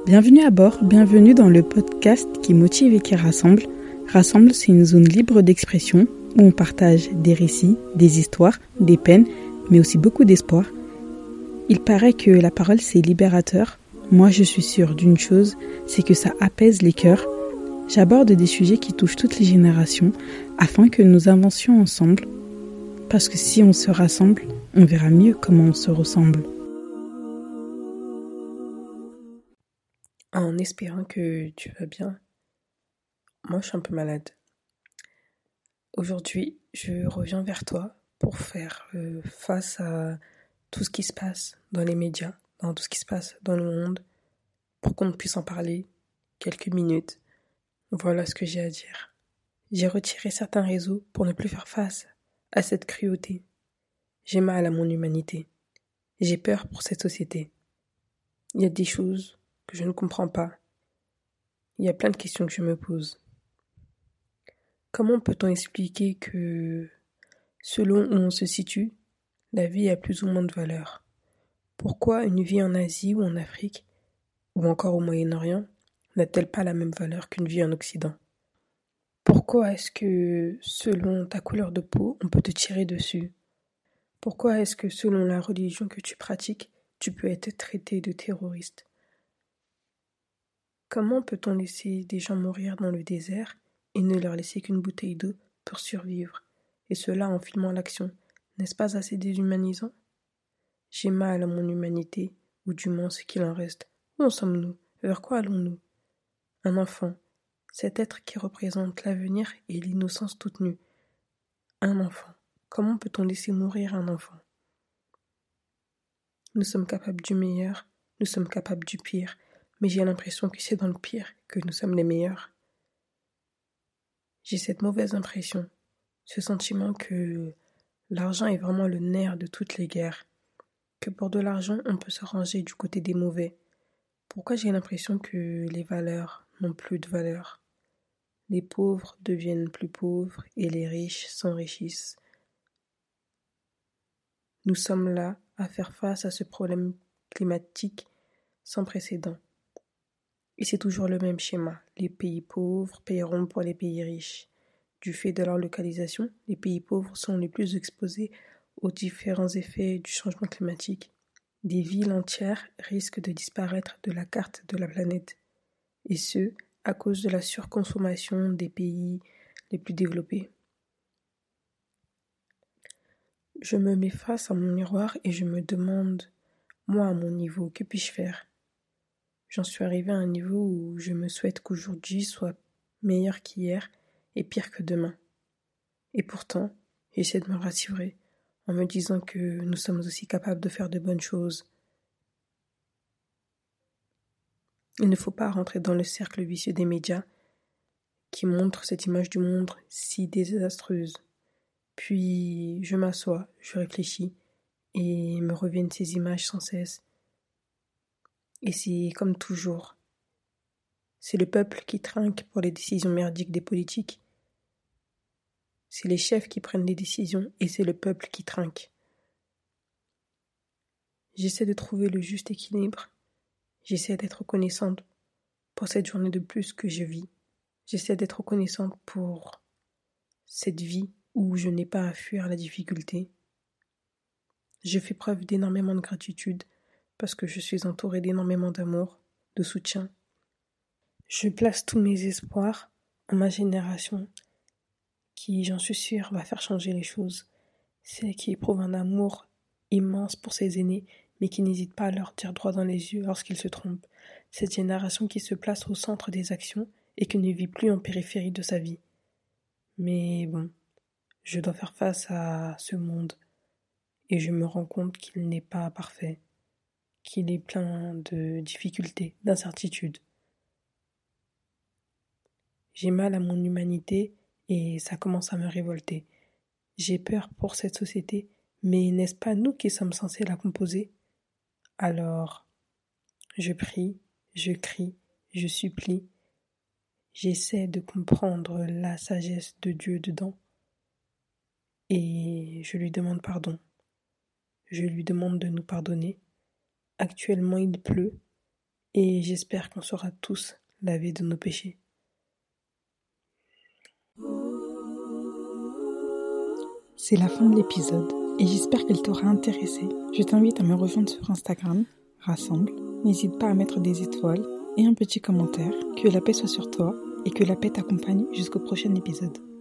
Bienvenue à bord, bienvenue dans le podcast qui motive et qui rassemble. Rassemble, c'est une zone libre d'expression où on partage des récits, des histoires, des peines, mais aussi beaucoup d'espoir. Il paraît que la parole c'est libérateur. Moi je suis sûre d'une chose, c'est que ça apaise les cœurs. J'aborde des sujets qui touchent toutes les générations afin que nous avancions ensemble. Parce que si on se rassemble, on verra mieux comment on se ressemble. En espérant que tu vas bien, moi je suis un peu malade. Aujourd'hui, je reviens vers toi pour faire face à tout ce qui se passe dans les médias, dans tout ce qui se passe dans le monde, pour qu'on puisse en parler quelques minutes. Voilà ce que j'ai à dire. J'ai retiré certains réseaux pour ne plus faire face à cette cruauté. J'ai mal à mon humanité. J'ai peur pour cette société. Il y a des choses que je ne comprends pas. Il y a plein de questions que je me pose. Comment peut-on expliquer que, selon où on se situe, la vie a plus ou moins de valeur? Pourquoi une vie en Asie ou en Afrique, ou encore au Moyen-Orient, n'a-t-elle pas la même valeur qu'une vie en Occident? Pourquoi est-ce que, selon ta couleur de peau, on peut te tirer dessus? Pourquoi est-ce que, selon la religion que tu pratiques, tu peux être traité de terroriste? Comment peut-on laisser des gens mourir dans le désert et ne leur laisser qu'une bouteille d'eau pour survivre, et cela en filmant l'action? N'est-ce pas assez déshumanisant? J'ai mal à mon humanité, ou du moins ce qu'il en reste. Où en sommes-nous? Vers quoi allons-nous? Un enfant, cet être qui représente l'avenir et l'innocence toute nue. Un enfant. Comment peut-on laisser mourir un enfant? Nous sommes capables du meilleur, nous sommes capables du pire, mais j'ai l'impression que c'est dans le pire que nous sommes les meilleurs. J'ai cette mauvaise impression, ce sentiment que l'argent est vraiment le nerf de toutes les guerres, que pour de l'argent on peut se ranger du côté des mauvais. Pourquoi j'ai l'impression que les valeurs n'ont plus de valeur? Les pauvres deviennent plus pauvres et les riches s'enrichissent. Nous sommes là à faire face à ce problème climatique sans précédent. Et c'est toujours le même schéma. Les pays pauvres paieront pour les pays riches. Du fait de leur localisation, les pays pauvres sont les plus exposés aux différents effets du changement climatique. Des villes entières risquent de disparaître de la carte de la planète. Et ce, à cause de la surconsommation des pays les plus développés. Je me mets face à mon miroir et je me demande, moi à mon niveau, que puis-je faire? J'en suis arrivée à un niveau où je me souhaite qu'aujourd'hui soit meilleur qu'hier et pire que demain. Et pourtant, j'essaie de me rassurer en me disant que nous sommes aussi capables de faire de bonnes choses. Il ne faut pas rentrer dans le cercle vicieux des médias qui montrent cette image du monde si désastreuse. Puis je m'assois, je réfléchis et me reviennent ces images sans cesse. Et c'est comme toujours. C'est le peuple qui trinque pour les décisions merdiques des politiques. C'est les chefs qui prennent les décisions et c'est le peuple qui trinque. J'essaie de trouver le juste équilibre. J'essaie d'être reconnaissante pour cette journée de plus que je vis. J'essaie d'être reconnaissante pour cette vie où je n'ai pas à fuir la difficulté. Je fais preuve d'énormément de gratitude parce que je suis entourée d'énormément d'amour, de soutien. Je place tous mes espoirs en ma génération qui, j'en suis sûre, va faire changer les choses. Celle qui éprouve un amour immense pour ses aînés, mais qui n'hésite pas à leur dire droit dans les yeux lorsqu'ils se trompent. Cette génération qui se place au centre des actions et qui ne vit plus en périphérie de sa vie. Mais bon, je dois faire face à ce monde et je me rends compte qu'il n'est pas parfait, qu'il est plein de difficultés, d'incertitudes. J'ai mal à mon humanité et ça commence à me révolter. J'ai peur pour cette société, mais n'est-ce pas nous qui sommes censés la composer? Alors, je prie, je crie, je supplie. J'essaie de comprendre la sagesse de Dieu dedans et je lui demande pardon. Je lui demande de nous pardonner. Actuellement, il pleut et j'espère qu'on sera tous lavés de nos péchés. C'est la fin de l'épisode et j'espère qu'elle t'aura intéressé. Je t'invite à me rejoindre sur Instagram, Rassemble. N'hésite pas à mettre des étoiles et un petit commentaire. Que la paix soit sur toi et que la paix t'accompagne jusqu'au prochain épisode.